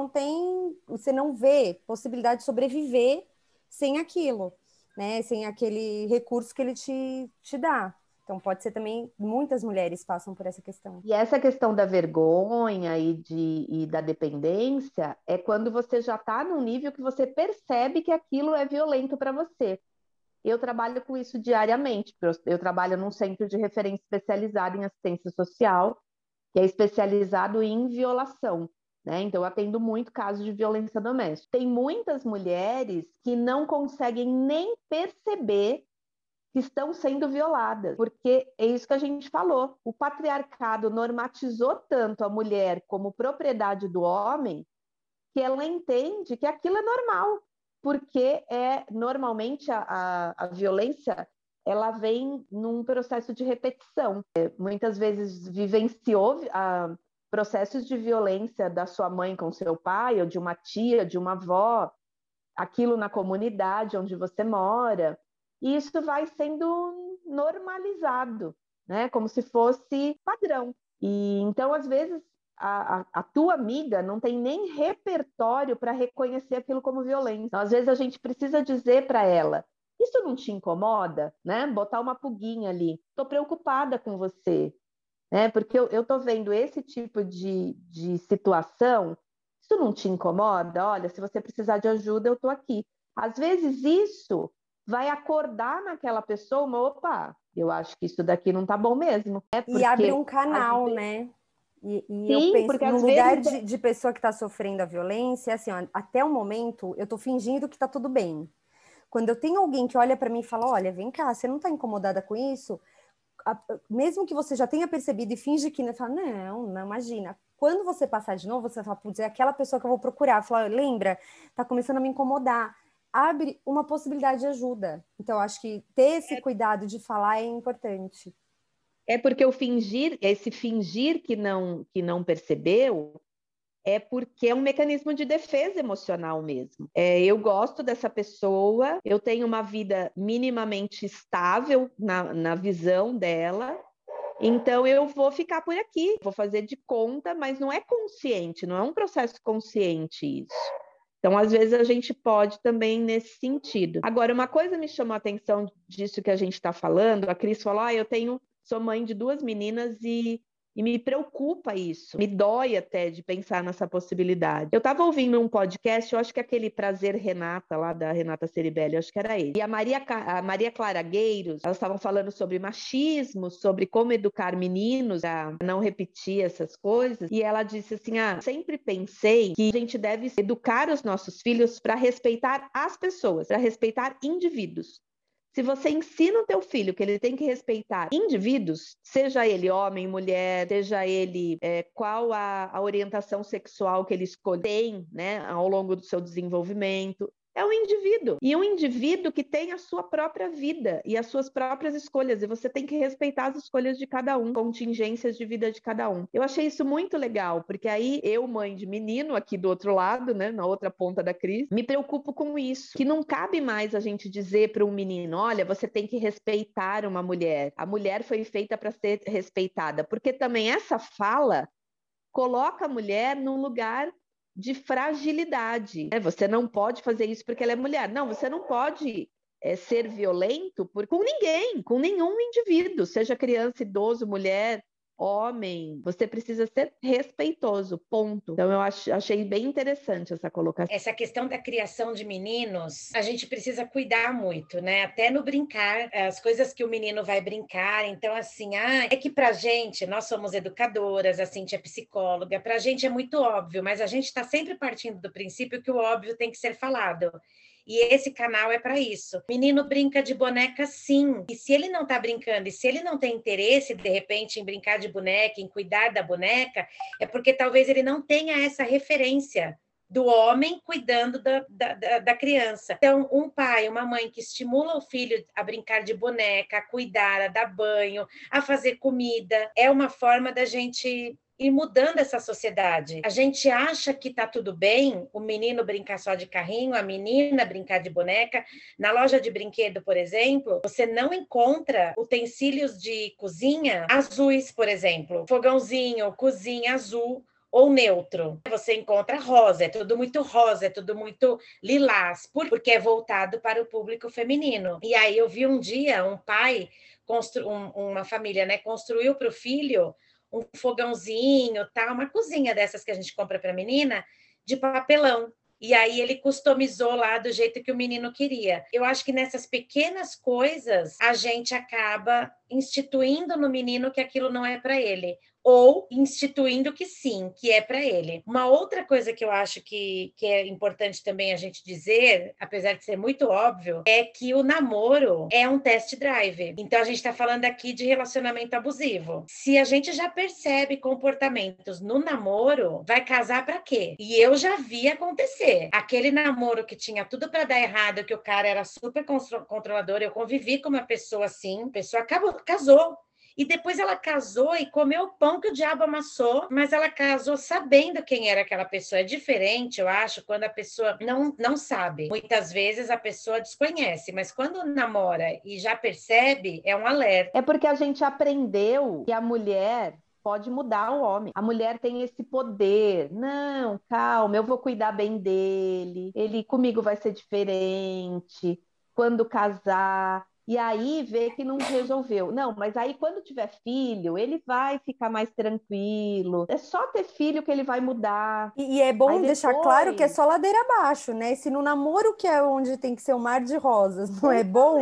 [SPEAKER 5] não vê possibilidade de sobreviver sem aquilo, né? Sem aquele recurso que ele te dá. Então pode ser também, muitas mulheres passam por essa questão.
[SPEAKER 3] E essa questão da vergonha e da dependência é quando você já está num nível que você percebe que aquilo é violento para você. Eu trabalho com isso diariamente. Eu trabalho num centro de referência especializado em assistência social, que é especializado em violação, né? Então, eu atendo muito casos de violência doméstica. Tem muitas mulheres que não conseguem nem perceber que estão sendo violadas, porque é isso que a gente falou. O patriarcado normatizou tanto a mulher como propriedade do homem que ela entende que aquilo é normal, porque normalmente a violência ela vem num processo de repetição. Muitas vezes vivenciou processos de violência da sua mãe com seu pai, ou de uma tia, de uma avó, aquilo na comunidade onde você mora, e isso vai sendo normalizado, né? Como se fosse padrão. E então, às vezes, a tua amiga não tem nem repertório para reconhecer aquilo como violência. Então, às vezes, a gente precisa dizer para ela: isso não te incomoda, né? Botar uma pulguinha ali. Estou preocupada com você, né? Porque eu estou vendo esse tipo de situação. Isso não te incomoda? Olha, se você precisar de ajuda, eu estou aqui. Às vezes isso vai acordar naquela pessoa opa, eu acho que isso daqui não está bom mesmo.
[SPEAKER 5] E abre um canal, né? E
[SPEAKER 3] Sim,
[SPEAKER 5] eu penso,
[SPEAKER 3] porque
[SPEAKER 5] no
[SPEAKER 3] às
[SPEAKER 5] lugar
[SPEAKER 3] vezes...
[SPEAKER 5] de pessoa que está sofrendo a violência, assim, ó, até o momento, eu estou fingindo que está tudo bem. Quando eu tenho alguém que olha para mim e fala, olha, vem cá, você não está incomodada com isso? Mesmo que você já tenha percebido e finge que não, fala, não, imagina. Quando você passar de novo, você vai falar, putz, é aquela pessoa que eu vou procurar. Fala, lembra? Tá começando a me incomodar. Abre uma possibilidade de ajuda. Então, acho que ter esse cuidado de falar é importante.
[SPEAKER 3] É porque esse fingir que não percebeu, é porque é um mecanismo de defesa emocional mesmo. Eu gosto dessa pessoa, eu tenho uma vida minimamente estável na visão dela, então eu vou ficar por aqui, vou fazer de conta, mas não é consciente, não é um processo consciente isso. Então, às vezes, a gente pode também nesse sentido. Agora, uma coisa me chamou a atenção disso que a gente está falando, a Cris falou, sou mãe de 2 meninas e me preocupa isso, me dói até de pensar nessa possibilidade. Eu estava ouvindo um podcast, eu acho que aquele Prazer Renata, lá da Renata Ceribelli, eu acho que era ele. E a Maria Clara Gueiros, elas estavam falando sobre machismo, sobre como educar meninos a não repetir essas coisas, e ela disse assim, sempre pensei que a gente deve educar os nossos filhos para respeitar as pessoas, para respeitar indivíduos. Se você ensina o teu filho que ele tem que respeitar indivíduos, seja ele homem, mulher, seja ele qual a orientação sexual que ele escolhe, né, ao longo do seu desenvolvimento, é um indivíduo. E um indivíduo que tem a sua própria vida e as suas próprias escolhas. E você tem que respeitar as escolhas de cada um, contingências de vida de cada um. Eu achei isso muito legal, porque aí eu, mãe de menino, aqui do outro lado, né, na outra ponta da crise, me preocupo com isso. Que não cabe mais a gente dizer para um menino, olha, você tem que respeitar uma mulher. A mulher foi feita para ser respeitada. Porque também essa fala coloca a mulher num lugar de fragilidade. Você não pode fazer isso porque ela é mulher. Não, você não pode ser violento com ninguém, com nenhum indivíduo, seja criança, idoso, mulher, homem, você precisa ser respeitoso, ponto. Então, eu achei bem interessante essa colocação.
[SPEAKER 1] Essa questão da criação de meninos, a gente precisa cuidar muito, né? Até no brincar, as coisas que o menino vai brincar. Então, assim, é que pra gente, nós somos educadoras, a Cíntia é psicóloga, pra gente é muito óbvio, mas a gente está sempre partindo do princípio que o óbvio tem que ser falado. E esse canal é para isso. Menino brinca de boneca, sim. E se ele não está brincando, e se ele não tem interesse, de repente, em brincar de boneca, em cuidar da boneca, é porque talvez ele não tenha essa referência do homem cuidando da criança. Então, um pai, uma mãe que estimula o filho a brincar de boneca, a cuidar, a dar banho, a fazer comida, é uma forma da gente ir mudando essa sociedade. A gente acha que tá tudo bem o menino brincar só de carrinho, a menina brincar de boneca. Na loja de brinquedo, por exemplo, você não encontra utensílios de cozinha azuis, por exemplo. Fogãozinho, cozinha azul ou neutro. Você encontra rosa, é tudo muito lilás, porque é voltado para o público feminino. E aí eu vi um dia um pai, uma família, né, construiu para o filho um fogãozinho, tá? Uma cozinha dessas que a gente compra para menina, de papelão. E aí ele customizou lá do jeito que o menino queria. Eu acho que nessas pequenas coisas a gente acaba instituindo no menino que aquilo não é para ele, ou instituindo que sim, que é para ele. Uma outra coisa que eu acho que é importante também a gente dizer, apesar de ser muito óbvio, é que o namoro é um test drive. Então a gente está falando aqui de relacionamento abusivo. Se a gente já percebe comportamentos no namoro, vai casar para quê? E eu já vi acontecer. Aquele namoro que tinha tudo para dar errado, que o cara era super controlador, eu convivi com uma pessoa assim, a pessoa casou. E depois ela casou e comeu o pão que o diabo amassou, mas ela casou sabendo quem era aquela pessoa. É diferente, eu acho, quando a pessoa não sabe. Muitas vezes a pessoa desconhece, mas quando namora e já percebe, é um alerta.
[SPEAKER 3] É porque a gente aprendeu que a mulher pode mudar o homem. A mulher tem esse poder. Não, calma, eu vou cuidar bem dele. Ele comigo vai ser diferente. Quando casar... E aí vê que não resolveu. Não, mas aí quando tiver filho, ele vai ficar mais tranquilo. É só ter filho que ele vai mudar.
[SPEAKER 5] E é bom deixar claro que é só ladeira abaixo, né? Se no namoro, que é onde tem que ser um mar de rosas, não é bom,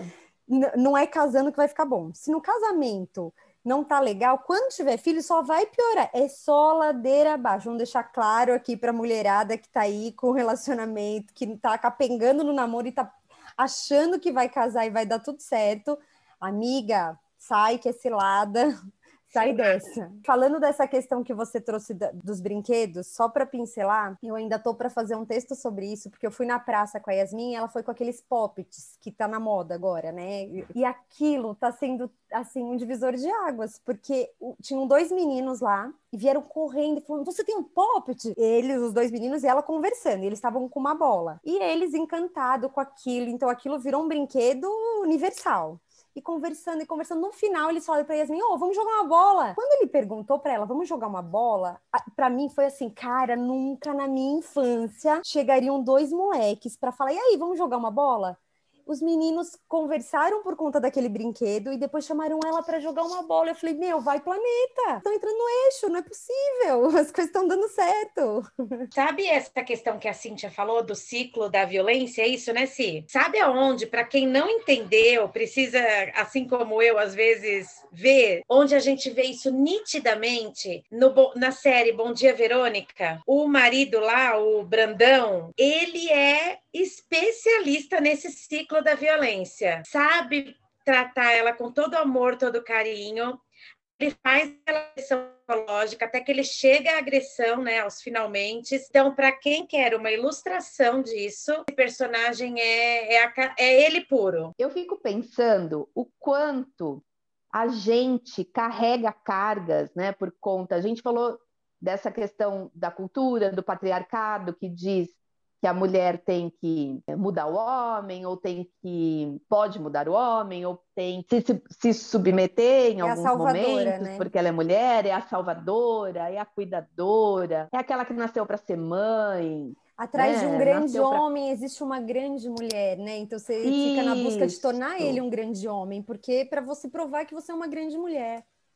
[SPEAKER 5] não é casando que vai ficar bom. Se no casamento não tá legal, quando tiver filho só vai piorar. É só ladeira abaixo. Vamos deixar claro aqui pra mulherada que tá aí com relacionamento, que tá capengando no namoro e tá achando que vai casar e vai dar tudo certo. Amiga, sai que é cilada, sai dessa. Falando dessa questão que você trouxe dos brinquedos, só para pincelar, eu ainda tô para fazer um texto sobre isso, porque eu fui na praça com a Yasmin e ela foi com aqueles poppets, que tá na moda agora, né? E aquilo tá sendo, assim, um divisor de águas, porque tinham 2 meninos lá, e vieram correndo e falando, você tem um poppet? Eles, os 2 meninos, e ela conversando, e eles estavam com uma bola. E eles encantados com aquilo, então aquilo virou um brinquedo universal. E conversando, no final eles falaram pra Yasmin, vamos jogar uma bola. Quando ele perguntou pra ela, vamos jogar uma bola? Pra mim foi assim, cara, nunca na minha infância chegariam 2 moleques pra falar, e aí, vamos jogar uma bola? Os meninos conversaram por conta daquele brinquedo e depois chamaram ela para jogar uma bola. Eu falei, vai planeta, estão entrando no eixo, não é possível, as coisas estão dando certo.
[SPEAKER 1] Sabe essa questão que a Cíntia falou do ciclo da violência, é isso, né, Ci? Sabe aonde, para quem não entendeu, precisa, assim como eu, às vezes, ver, onde a gente vê isso nitidamente, na série Bom Dia, Verônica, o marido lá, o Brandão, ele é especialista nesse ciclo da violência, sabe tratar ela com todo amor, todo carinho, ele faz aquela agressão psicológica até que ele chega à agressão, né, aos finalmente. Então, para quem quer uma ilustração disso, esse personagem é ele puro.
[SPEAKER 3] Eu fico pensando o quanto a gente carrega cargas, né, por conta... A gente falou dessa questão da cultura, do patriarcado, que diz que a mulher tem que mudar o homem, ou pode mudar o homem, ou tem que se submeter em alguns momentos, né? Porque ela é mulher, é a salvadora, é a cuidadora, é aquela que nasceu para ser mãe.
[SPEAKER 5] Atrás de um grande homem existe uma grande mulher, né? Então você fica na busca de tornar ele um grande homem, porque para você provar que você é uma grande mulher.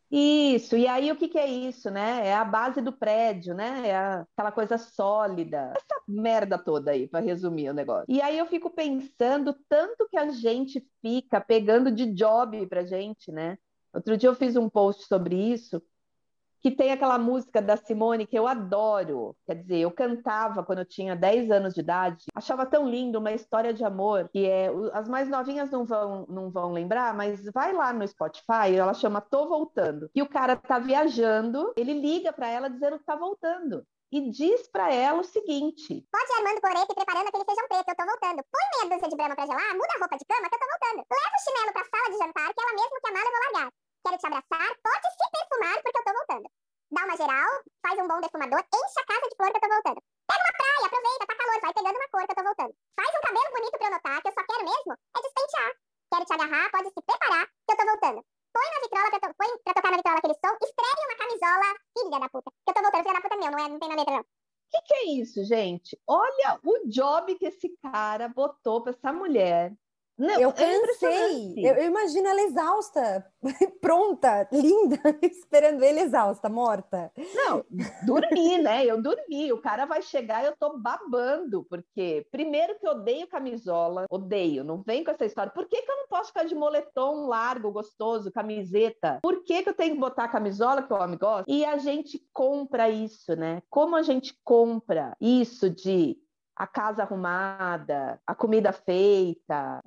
[SPEAKER 3] Isso, e aí o que que é isso, né? É a base do prédio, né? Aquela coisa sólida. Essa merda toda aí, para resumir o negócio. E aí eu fico pensando tanto que a gente fica pegando de job pra gente, né? Outro dia eu fiz um post sobre isso, que tem aquela música da Simone que eu adoro. Quer dizer, eu cantava quando eu tinha 10 anos de idade. Achava tão lindo uma história de amor, que é as mais novinhas não vão lembrar, mas vai lá no Spotify, ela chama Tô Voltando. E o cara tá viajando, ele liga para ela dizendo que tá voltando. E diz para ela o seguinte:
[SPEAKER 4] pode ir armando poreta e preparando aquele feijão preto, eu tô voltando. Põe meia dúzia de brama pra gelar, muda a roupa de cama que eu tô voltando. Leva o chinelo pra sala de jantar, que ela mesmo que a mala eu vou largar. Quero te abraçar, pode se perfumar porque eu tô voltando. Dá uma geral, faz um bom defumador, enche a casa de flor que eu tô voltando. Pega uma praia, aproveita, tá calor, vai pegando uma cor que eu tô voltando. Faz um cabelo bonito pra eu notar, que eu só quero mesmo é despentear. Quero te agarrar, pode se preparar que eu tô voltando. Põe na vitrola, põe pra tocar na vitrola aquele som, estreia uma camisola, filha da puta, que eu tô voltando, filha da puta é meu, não tem na letra não.
[SPEAKER 3] O que é isso, gente? Olha o job que esse cara botou para essa mulher. Não,
[SPEAKER 5] Eu
[SPEAKER 3] é
[SPEAKER 5] cansei.
[SPEAKER 3] impressionante.
[SPEAKER 5] Eu imagino ela exausta, pronta, linda, esperando ele exausta, morta.
[SPEAKER 3] Não, dormi, né? Eu dormi. O cara vai chegar e eu tô babando, porque primeiro que eu odeio camisola, odeio, não vem com essa história. Por que que eu não posso ficar de moletom largo, gostoso, camiseta? Por que que eu tenho que botar a camisola que o homem gosta? E a gente compra isso, né? Como a gente compra isso de a casa arrumada, a comida feita.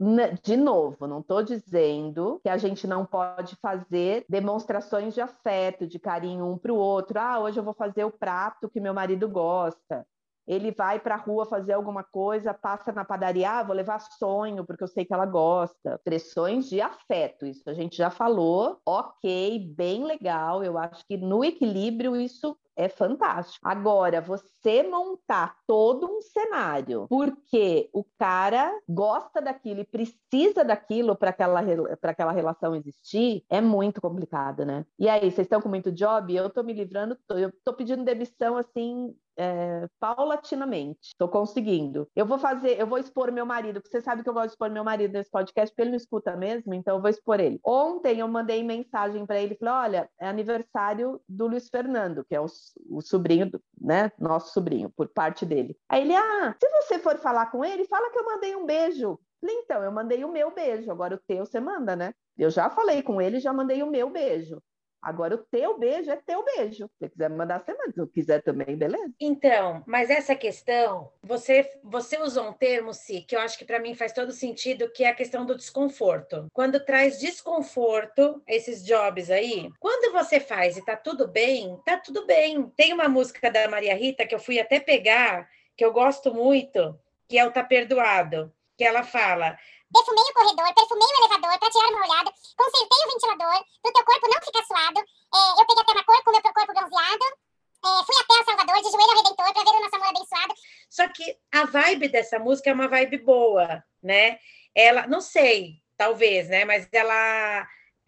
[SPEAKER 3] De novo, não estou dizendo que a gente não pode fazer demonstrações de afeto, de carinho um para o outro. Ah, hoje eu vou fazer o prato que meu marido gosta. Ele vai para a rua fazer alguma coisa, passa na padaria, ah, vou levar sonho, porque eu sei que ela gosta. Expressões de afeto, isso a gente já falou. Ok, bem legal. Eu acho que no equilíbrio isso é fantástico. Agora, você montar todo um cenário porque o cara gosta daquilo e precisa daquilo para aquela relação existir, é muito complicado, né? E aí, vocês estão com muito job? Eu tô me livrando, eu tô pedindo demissão assim, paulatinamente. Estou conseguindo. Eu vou expor meu marido, porque você sabe que eu gosto de expor meu marido nesse podcast, porque ele não escuta mesmo, então eu vou expor ele. Ontem eu mandei mensagem para ele, falei, olha, é aniversário do Luiz Fernando, que é o sobrinho, né, nosso sobrinho, por parte dele. Aí ele, se você for falar com ele, fala que eu mandei um beijo. Falei, então, eu mandei o meu beijo, agora o teu você manda, né? Eu já falei com ele, já mandei o meu beijo. Agora, o teu beijo é teu beijo. Se você quiser me mandar, você manda. Se eu quiser também, beleza?
[SPEAKER 1] Então, mas essa questão, você usou um termo, Si, que eu acho que para mim faz todo sentido, que é a questão do desconforto. Quando traz desconforto, esses jobs aí, quando você faz e tá tudo bem, tá tudo bem. Tem uma música da Maria Rita que eu fui até pegar, que eu gosto muito, que é o Tá Perdoado, que ela fala:
[SPEAKER 4] perfumei o corredor, perfumei o elevador pra tirar uma olhada, consertei o ventilador, pro teu corpo não ficar suado, eu peguei até uma cor com o meu corpo bronzeado, fui até o Salvador, de joelho ao Redentor, pra ver o nosso amor abençoado.
[SPEAKER 1] Só que a vibe dessa música é uma vibe boa, né? Ela, não sei, talvez, né? Mas ela,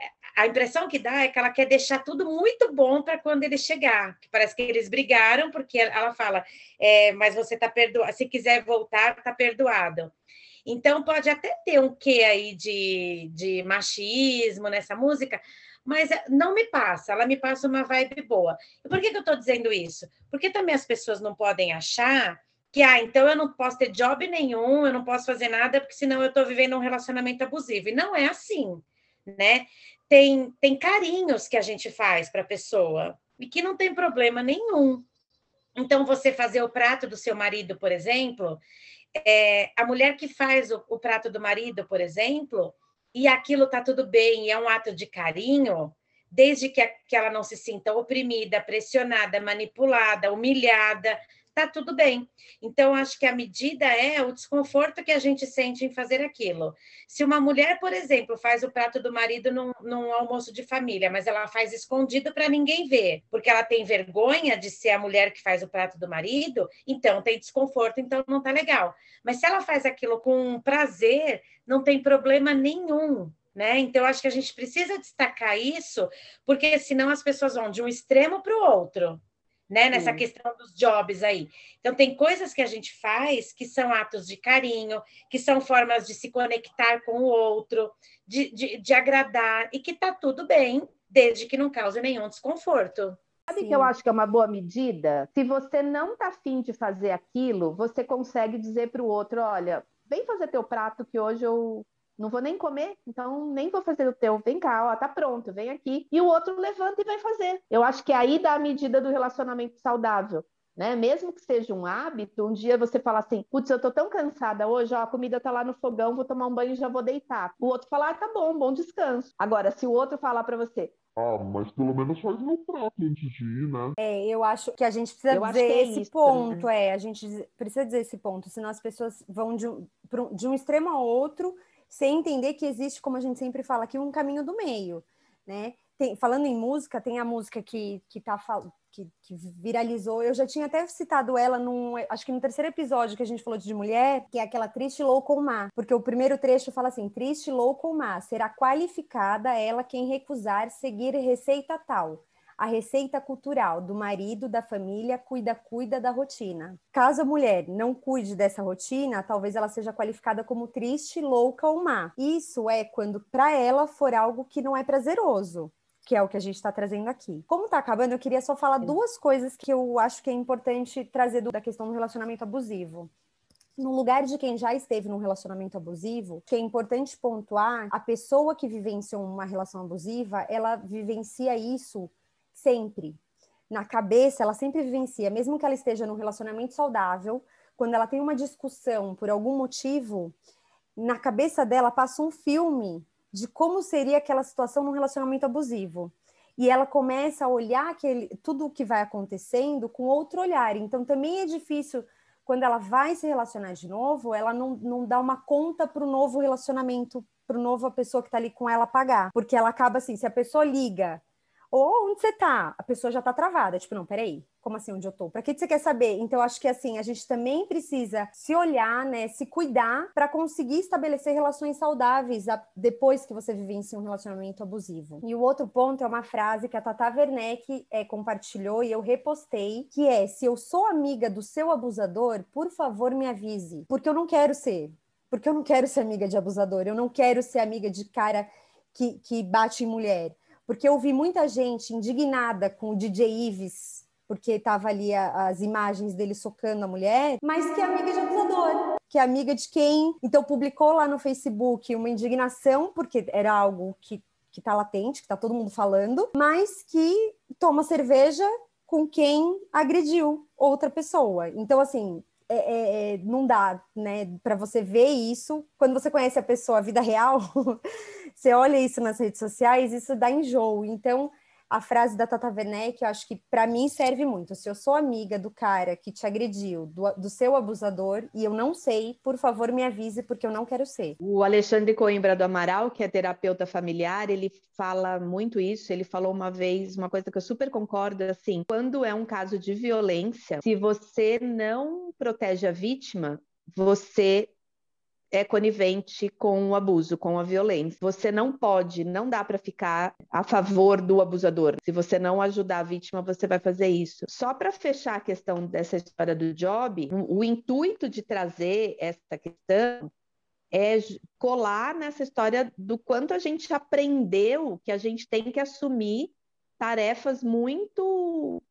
[SPEAKER 1] a impressão que dá é que ela quer deixar tudo muito bom para quando ele chegar. Que parece que eles brigaram, porque ela fala, mas você tá perdoado, se quiser voltar, tá perdoado. Então, pode até ter um quê aí de machismo nessa música, mas não me passa, ela me passa uma vibe boa. E por que eu estou dizendo isso? Porque também as pessoas não podem achar que, então eu não posso ter job nenhum, eu não posso fazer nada, porque senão eu estou vivendo um relacionamento abusivo. E não é assim, né? Tem carinhos que a gente faz para a pessoa e que não tem problema nenhum. Então, você fazer o prato do seu marido, por exemplo, a mulher que faz o prato do marido, por exemplo, e aquilo está tudo bem, e é um ato de carinho, desde que ela não se sinta oprimida, pressionada, manipulada, humilhada, está tudo bem. Então, acho que a medida é o desconforto que a gente sente em fazer aquilo. Se uma mulher, por exemplo, faz o prato do marido num almoço de família, mas ela faz escondido para ninguém ver, porque ela tem vergonha de ser a mulher que faz o prato do marido, então tem desconforto, então não está legal. Mas se ela faz aquilo com prazer, não tem problema nenhum. Né? Então, acho que a gente precisa destacar isso, porque senão as pessoas vão de um extremo para o outro. Né, nessa questão dos jobs aí. Então, tem coisas que a gente faz que são atos de carinho, que são formas de se conectar com o outro, de agradar, e que tá tudo bem, desde que não cause nenhum desconforto.
[SPEAKER 3] Sabe que eu acho que é uma boa medida? Se você não tá afim de fazer aquilo, você consegue dizer para o outro, olha, vem fazer teu prato que hoje eu não vou nem comer, então nem vou fazer o teu. Vem cá, ó, tá pronto, vem aqui. E o outro levanta e vai fazer. Eu acho que aí dá a medida do relacionamento saudável. Né? Mesmo que seja um hábito, um dia você fala assim, putz, eu tô tão cansada hoje, ó, a comida tá lá no fogão, vou tomar um banho e já vou deitar. O outro fala, tá bom, bom descanso. Agora, se o outro falar para você,
[SPEAKER 6] mas pelo menos faz meu prato antes de ir, né?
[SPEAKER 5] Eu acho que a gente precisa
[SPEAKER 3] Eu acho
[SPEAKER 5] dizer
[SPEAKER 3] que é
[SPEAKER 5] esse
[SPEAKER 3] isso,
[SPEAKER 5] ponto,
[SPEAKER 3] né?
[SPEAKER 5] a gente precisa dizer esse ponto, senão as pessoas vão de um extremo ao outro, sem entender que existe, como a gente sempre fala aqui, um caminho do meio, né? Falando em música, tem a música que viralizou, eu já tinha até citado ela acho que no terceiro episódio que a gente falou de mulher, que é aquela Triste, Louca ou Má, porque o primeiro trecho fala assim, triste, louca ou má, será qualificada ela quem recusar seguir receita tal. A receita cultural do marido, da família, cuida da rotina. Caso a mulher não cuide dessa rotina, talvez ela seja qualificada como triste, louca ou má. Isso é quando para ela for algo que não é prazeroso, que é o que a gente está trazendo aqui. Como está acabando, eu queria só falar duas coisas que eu acho que é importante trazer da questão do relacionamento abusivo. No lugar de quem já esteve num relacionamento abusivo, que é importante pontuar, a pessoa que vivenciou uma relação abusiva, ela vivencia isso sempre. Na cabeça, ela sempre vivencia, mesmo que ela esteja num relacionamento saudável, quando ela tem uma discussão por algum motivo, na cabeça dela passa um filme de como seria aquela situação num relacionamento abusivo. E ela começa a olhar tudo o que vai acontecendo com outro olhar. Então, também é difícil, quando ela vai se relacionar de novo, ela não dá uma conta para o novo relacionamento, para o novo a pessoa que está ali com ela pagar. Porque ela acaba assim, se a pessoa liga, ou onde você tá? A pessoa já tá travada, tipo, não, peraí, como assim onde eu tô? Pra que você quer saber? Então, eu acho que assim, a gente também precisa se olhar, né, se cuidar para conseguir estabelecer relações saudáveis depois que você vivencia um relacionamento abusivo. E o outro ponto é uma frase que a Tata Werneck compartilhou e eu repostei, que é, se eu sou amiga do seu abusador, por favor, me avise, porque eu não quero ser. Porque eu não quero ser amiga de abusador, eu não quero ser amiga de cara que bate em mulher. Porque eu vi muita gente indignada com o DJ Ives, porque estava ali as imagens dele socando a mulher, mas que é amiga de abusador, que é amiga de quem? Então publicou lá no Facebook uma indignação, porque era algo que está latente, que está todo mundo falando, mas que toma cerveja com quem agrediu outra pessoa. Então, assim, não dá, né, para você ver isso. Quando você conhece a pessoa, a vida real, você olha isso nas redes sociais, isso dá enjoo. Então, a frase da Tata Werneck, eu acho que para mim serve muito. Se eu sou amiga do cara que te agrediu, do seu abusador, e eu não sei, por favor, me avise, porque eu não quero ser.
[SPEAKER 3] O Alexandre Coimbra do Amaral, que é terapeuta familiar, ele fala muito isso. Ele falou uma vez uma coisa que eu super concordo, assim, quando é um caso de violência, se você não protege a vítima, você é conivente com o abuso, com a violência. Você não dá para ficar a favor do abusador. Se você não ajudar a vítima, você vai fazer isso. Só para fechar a questão dessa história do Job, o intuito de trazer essa questão é colar nessa história do quanto a gente aprendeu que a gente tem que assumir tarefas muito...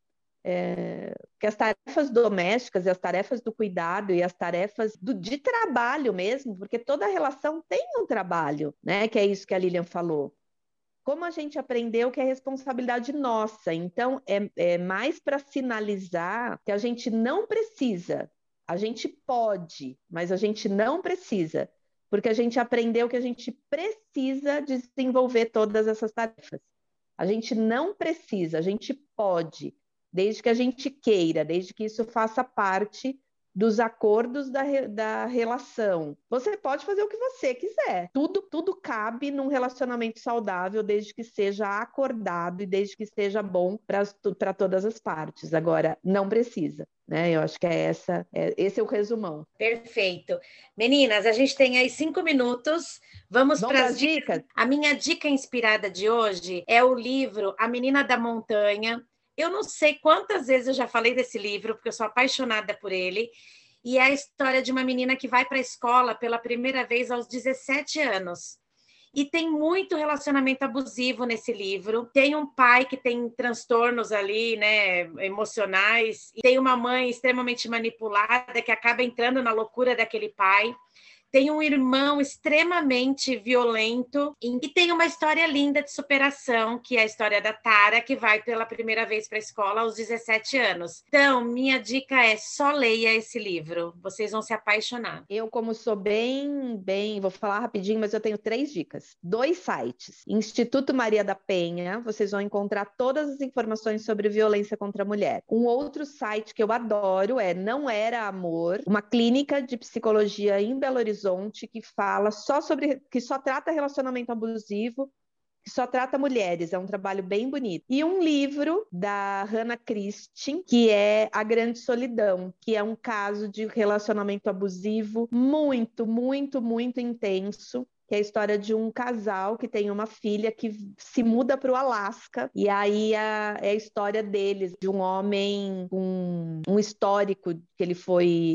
[SPEAKER 3] que as tarefas domésticas e as tarefas do cuidado e as tarefas de trabalho mesmo, porque toda relação tem um trabalho, né? Que é isso que a Lilian falou. Como a gente aprendeu que é responsabilidade nossa. Então, é mais para sinalizar que a gente não precisa, a gente pode, mas a gente não precisa, porque a gente aprendeu que a gente precisa desenvolver todas essas tarefas. A gente não precisa, a gente pode, desde que a gente queira, desde que isso faça parte dos acordos da relação. Você pode fazer o que você quiser. Tudo cabe num relacionamento saudável, desde que seja acordado e desde que seja bom para todas as partes. Agora, não precisa, né? Eu acho que esse é o resumão.
[SPEAKER 1] Perfeito. Meninas, a gente tem aí 5 minutos. Vamos para as
[SPEAKER 3] dicas?
[SPEAKER 1] A minha dica inspirada de hoje é o livro A Menina da Montanha. Eu não sei quantas vezes eu já falei desse livro, porque eu sou apaixonada por ele, e é a história de uma menina que vai para a escola pela primeira vez aos 17 anos. E tem muito relacionamento abusivo nesse livro. Tem um pai que tem transtornos ali, né, emocionais. E tem uma mãe extremamente manipulada que acaba entrando na loucura daquele pai. Tem um irmão extremamente violento e tem uma história linda de superação, que é a história da Tara, que vai pela primeira vez para a escola aos 17 anos. Então, minha dica é só leia esse livro, vocês vão se apaixonar.
[SPEAKER 3] Eu, como sou vou falar rapidinho, mas eu tenho 3 dicas. 2 sites. Instituto Maria da Penha, vocês vão encontrar todas as informações sobre violência contra a mulher. Um outro site que eu adoro é Não Era Amor, uma clínica de psicologia em Belo Horizonte que fala que só trata relacionamento abusivo, que só trata mulheres, é um trabalho bem bonito. E um livro da Hannah Christie, que é A Grande Solidão, que é um caso de relacionamento abusivo muito, muito, muito intenso, que é a história de um casal que tem uma filha que se muda para o Alasca, e aí é a história deles, de um homem com um histórico, que ele foi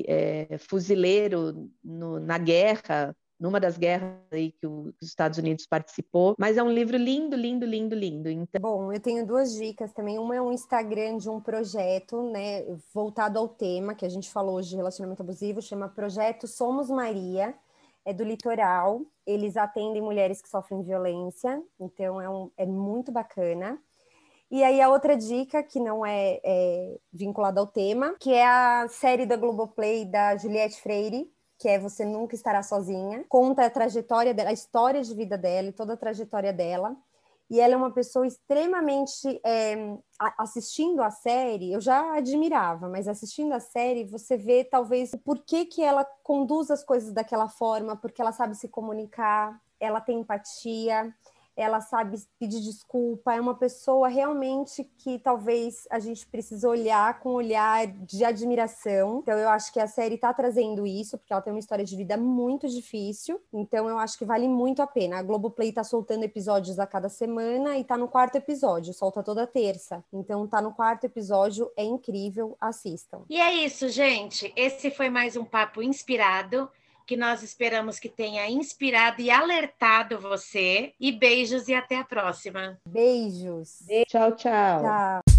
[SPEAKER 3] fuzileiro na guerra, numa das guerras aí que os Estados Unidos participou, mas é um livro lindo, lindo, lindo, lindo. Então...
[SPEAKER 5] Bom, eu tenho 2 dicas também. Uma é um Instagram de um projeto, né, voltado ao tema que a gente falou hoje de relacionamento abusivo, chama Projeto Somos Maria, é do litoral. Eles atendem mulheres que sofrem violência, então é muito bacana. E aí a outra dica, que não é vinculada ao tema, que é a série da Globoplay da Juliette Freire, que é Você Nunca Estará Sozinha. Conta a trajetória dela, a história de vida dela e toda a trajetória dela. E ela é uma pessoa extremamente... assistindo a série, eu já admirava, mas assistindo a série, você vê talvez o porquê que ela conduz as coisas daquela forma, porque ela sabe se comunicar, ela tem empatia, ela sabe pedir desculpa, é uma pessoa realmente que talvez a gente precise olhar com um olhar de admiração. Então eu acho que a série está trazendo isso, porque ela tem uma história de vida muito difícil, então eu acho que vale muito a pena. A Globoplay está soltando episódios a cada semana e está no 4º episódio, solta toda terça. Então está no 4º episódio, é incrível, assistam.
[SPEAKER 1] E é isso, gente. Esse foi mais um Papo Inspirado, que nós esperamos que tenha inspirado e alertado você. E beijos e até a próxima.
[SPEAKER 5] Beijos.
[SPEAKER 3] Tchau, tchau.
[SPEAKER 5] Tchau.